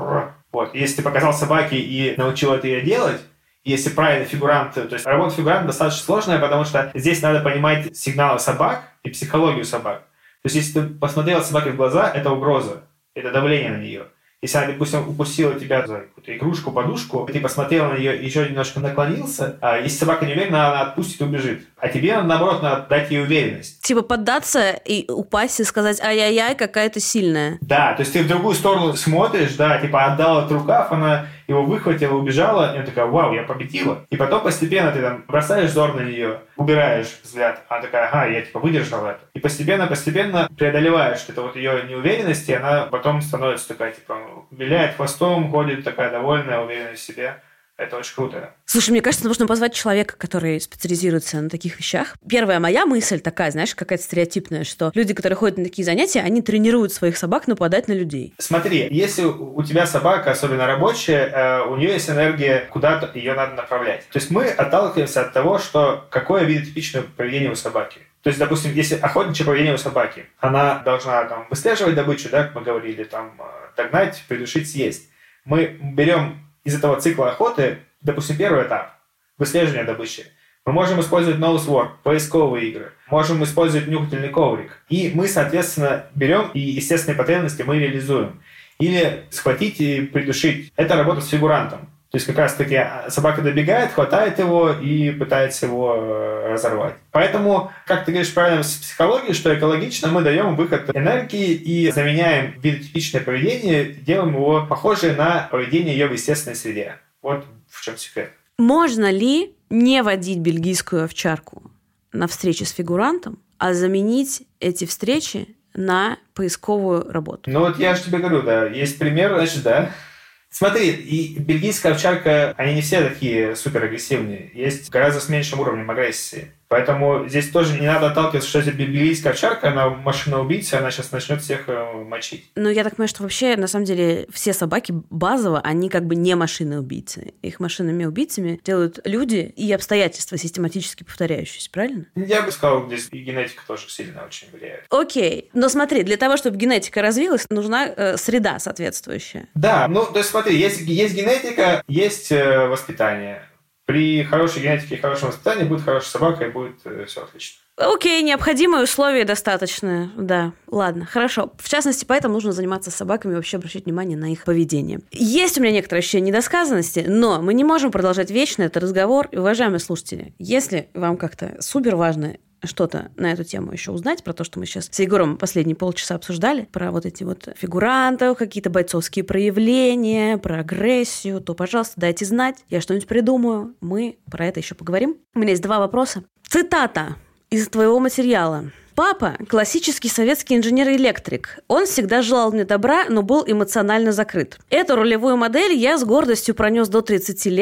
Вот, если ты показал собаке и научил это ее делать, если правильно фигурант... То есть работа фигуранта достаточно сложная, потому что здесь надо понимать сигналы собак и психологию собак. То есть если ты посмотрел собаке в глаза, это угроза, это давление на нее. Если она, допустим, укусила тебя за какую-то игрушку, подушку, ты посмотрел на нее, еще немножко наклонился, а если собака не уверена, она отпустит и убежит. А тебе, наоборот, надо дать ей уверенность. Типа поддаться и упасть и сказать ай-яй-яй, какая ты сильная. Да, то есть ты в другую сторону смотришь, да, типа отдала этот рукав, она его выхватила, убежала, и она такая, вау, я победила. И потом постепенно ты там бросаешь взор на нее, убираешь взгляд, она такая, ага, я типа выдержала это. И постепенно-постепенно преодолеваешь это вот ее неуверенность, и она потом становится такая, типа, виляет хвостом, ходит такая довольная, уверенная в себе. Это очень круто. Слушай, мне кажется, нужно позвать человека, который специализируется на таких вещах. Первая моя мысль такая, знаешь, какая-то стереотипная, что люди, которые ходят на такие занятия, они тренируют своих собак нападать на людей. Смотри, если у тебя собака, особенно рабочая, у нее есть энергия, куда-то ее надо направлять. То есть мы отталкиваемся от того, что какое видит типичное поведение у собаки. То есть, допустим, если охотничье поведение у собаки, она должна там выслеживать добычу, да, как мы говорили, там догнать, придушить, съесть. Мы берем из этого цикла охоты, допустим, первый этап – выслеживание добычи. Мы можем использовать nose-work, поисковые игры, можем использовать нюхательный коврик. И мы, соответственно, берем и естественные потребности мы реализуем. Или схватить и придушить. Это работа с фигурантом. То есть как раз-таки собака добегает, хватает его и пытается его разорвать. Поэтому, как ты говоришь правильно с психологией, что экологично, мы даем выход энергии и заменяем видотипичное поведение, делаем его похожее на поведение ее в естественной среде. Вот в чем секрет. Можно ли не водить бельгийскую овчарку на встречи с фигурантом, а заменить эти встречи на поисковую работу? Ну вот я же тебе говорю, да, есть пример, значит, да. Смотри, и бельгийская овчарка, они не все такие суперагрессивные. Есть гораздо с меньшим уровнем агрессии. Поэтому здесь тоже не надо отталкиваться, что это бельгийская овчарка, она машина-убийца, она сейчас начнет всех мочить. Ну, я так понимаю, что вообще, на самом деле, все собаки базово, они как бы не машины-убийцы. Их машинами-убийцами делают люди и обстоятельства, систематически повторяющиеся, правильно? Я бы сказал, здесь и генетика тоже сильно очень влияет. Окей, но смотри, для того, чтобы генетика развилась, нужна э, среда соответствующая. Да, ну, то есть смотри, есть, есть генетика, есть э, воспитание. При хорошей генетике и хорошем воспитании будет хорошая собака, и будет э, все отлично. Окей, необходимые условия достаточно, да, ладно, хорошо. В частности, поэтому нужно заниматься собаками и вообще обращать внимание на их поведение. Есть у меня некоторые ощущения недосказанности, но мы не можем продолжать вечно этот разговор. И, уважаемые слушатели, если вам как-то супер важно что-то на эту тему еще узнать, про то, что мы сейчас с Егором последние полчаса обсуждали, про вот эти вот фигурантов, какие-то бойцовские проявления, про агрессию, то, пожалуйста, дайте знать, я что-нибудь придумаю, мы про это еще поговорим. У меня есть два вопроса. Цитата из твоего материала. «Папа – классический советский инженер-электрик. Он всегда желал мне добра, но был эмоционально закрыт. Эту ролевую модель я с гордостью пронес до тридцати лет,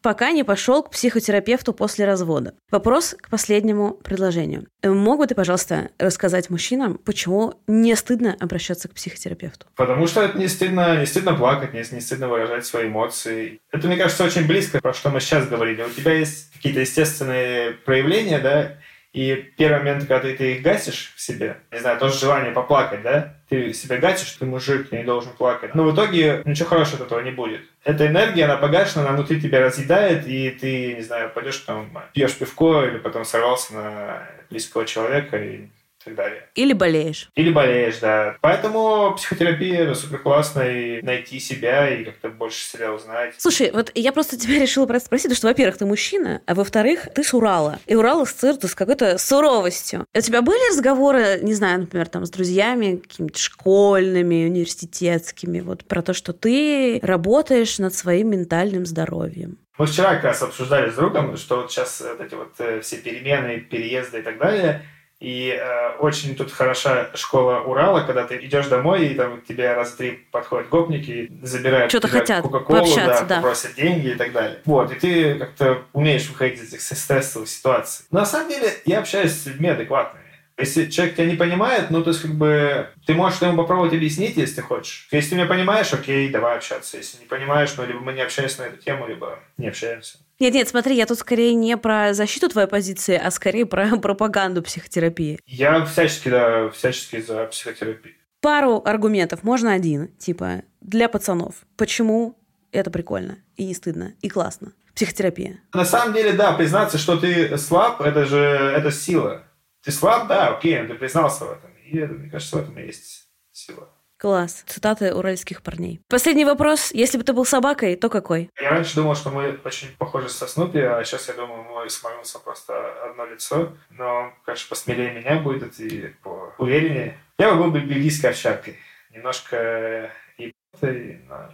пока не пошел к психотерапевту после развода. Вопрос к последнему предложению. Мог бы ты, пожалуйста, рассказать мужчинам, почему не стыдно обращаться к психотерапевту? Потому что это не стыдно, не стыдно плакать, не, не стыдно выражать свои эмоции. Это, мне кажется, очень близко, про что мы сейчас говорили. У тебя есть какие-то естественные проявления, да, и первый момент, когда ты, ты их гасишь в себе, не знаю, тоже желание поплакать, да, ты себя гасишь, ты мужик, ты не должен плакать. Но в итоге ничего хорошего от этого не будет. Эта энергия, она погашена, она внутри тебя разъедает, и ты, не знаю, пойдешь там, пьешь пивко, или потом сорвался на близкого человека, и так далее. Или болеешь. Или болеешь, да. Поэтому психотерапия — это супер классно, и найти себя, и как-то больше себя узнать. Слушай, вот я просто тебя решила про это спросить, потому что, во-первых, ты мужчина, а во-вторых, ты с Урала. И Урал ассоциируется с какой-то суровостью. У тебя были разговоры, не знаю, например, там, с друзьями, какими-то школьными, университетскими, вот про то, что ты работаешь над своим ментальным здоровьем? Мы вчера как раз обсуждали с другом, что вот сейчас вот эти вот э, все перемены, переезды и так далее. И э, очень тут хороша школа Урала, когда ты идешь домой, и там к тебе раз в три подходят гопники и забирают что-то хотят кока-колу, пообщаться, да, да. просят деньги и так далее. Вот, и ты как-то умеешь выходить из этих стрессовых ситуаций. Но на самом деле я общаюсь с людьми адекватными. Если человек тебя не понимает, ну, то есть, как бы, ты можешь ему попробовать объяснить, если ты хочешь. Если ты меня понимаешь, окей, давай общаться. Если не понимаешь, ну, либо мы не общаемся на эту тему, либо не общаемся. Нет-нет, смотри, я тут скорее не про защиту твоей позиции, а скорее про пропаганду психотерапии. Я всячески, да, всячески за психотерапию. Пару аргументов, можно один, типа, для пацанов. Почему это прикольно, и не стыдно, и классно? Психотерапия. На самом деле, да, признаться, что ты слаб, это же это сила. Ты слаб, да, окей, но ты признался в этом. И, мне кажется, в этом и есть сила. Класс. Цитаты уральских парней. Последний вопрос. Если бы ты был собакой, то какой? Я раньше думал, что мы очень похожи со Снупи, а сейчас я думаю, мы с Магнусом просто одно лицо. Но, конечно, посмелее меня будет и поувереннее. Я бы был бы бельгийской овчаркой. Немножко ебатой, но...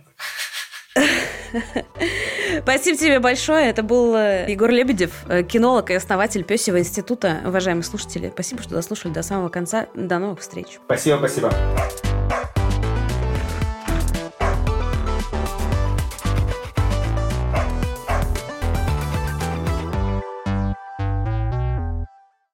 Спасибо тебе большое. Это был Егор Лебедев, кинолог и основатель Пёсьего института. Уважаемые слушатели, спасибо, что дослушали до самого конца. До новых встреч. Спасибо, спасибо.